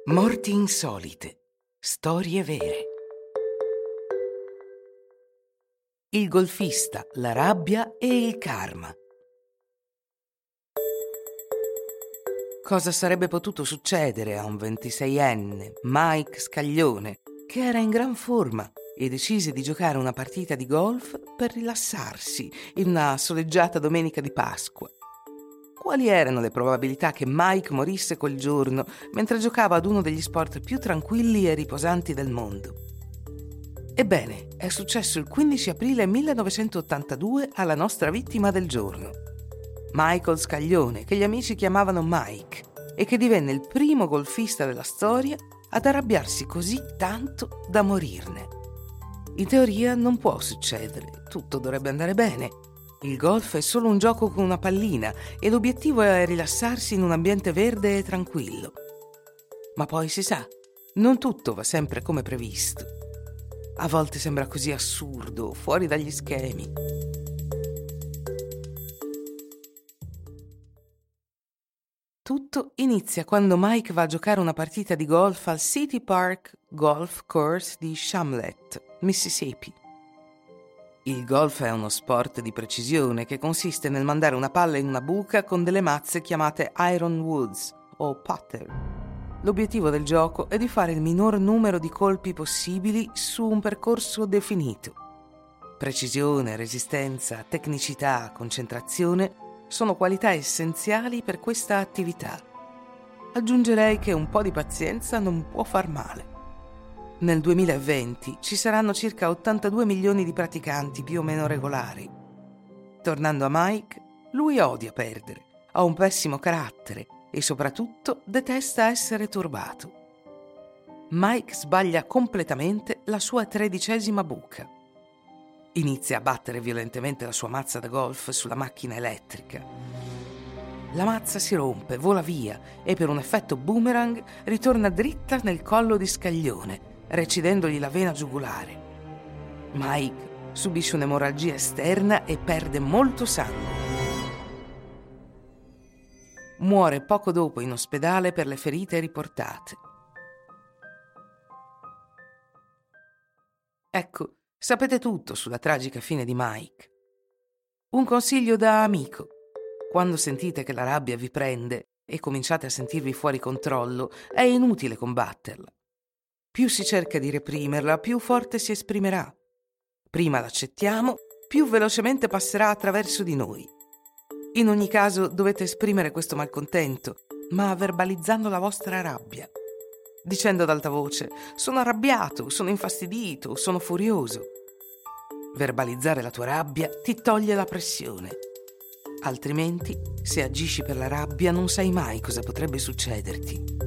Morti insolite. Storie vere. Il golfista, la rabbia e il karma. Cosa sarebbe potuto succedere a un 26enne, Mike Scaglione, che era in gran forma e decise di giocare una partita di golf per rilassarsi in una soleggiata domenica di Pasqua? Quali erano le probabilità che Mike morisse quel giorno mentre giocava ad uno degli sport più tranquilli e riposanti del mondo? Ebbene, è successo il 15 aprile 1982 alla nostra vittima del giorno, Michael Scaglione, che gli amici chiamavano Mike, e che divenne il primo golfista della storia ad arrabbiarsi così tanto da morirne. In teoria non può succedere, tutto dovrebbe andare bene. Il golf è solo un gioco con una pallina e l'obiettivo è rilassarsi in un ambiente verde e tranquillo. Ma poi si sa, non tutto va sempre come previsto. A volte sembra così assurdo, fuori dagli schemi. Tutto inizia quando Mike va a giocare una partita di golf al City Park Golf Course di Chalmette, Mississippi. Il golf è uno sport di precisione che consiste nel mandare una palla in una buca con delle mazze chiamate iron woods o putter. L'obiettivo del gioco è di fare il minor numero di colpi possibili su un percorso definito. Precisione, resistenza, tecnicità, concentrazione sono qualità essenziali per questa attività. Aggiungerei che un po' di pazienza non può far male. Nel 2020 ci saranno circa 82 milioni di praticanti più o meno regolari. Tornando a Mike, lui odia perdere, ha un pessimo carattere e soprattutto detesta essere turbato. Mike sbaglia completamente la sua 13ª buca. Inizia a battere violentemente la sua mazza da golf sulla macchina elettrica. La mazza si rompe, vola via e per un effetto boomerang ritorna dritta nel collo di Scaglione, recidendogli la vena giugulare. Mike subisce un'emorragia esterna e perde molto sangue. Muore poco dopo in ospedale per le ferite riportate. Ecco, sapete tutto sulla tragica fine di Mike. Un consiglio da amico: quando sentite che la rabbia vi prende e cominciate a sentirvi fuori controllo, è inutile combatterla. Più si cerca di reprimerla, più forte si esprimerà. Prima l'accettiamo, più velocemente passerà attraverso di noi. In ogni caso dovete esprimere questo malcontento, ma verbalizzando la vostra rabbia. Dicendo ad alta voce: sono arrabbiato, sono infastidito, sono furioso. Verbalizzare la tua rabbia ti toglie la pressione. Altrimenti, se agisci per la rabbia, non sai mai cosa potrebbe succederti.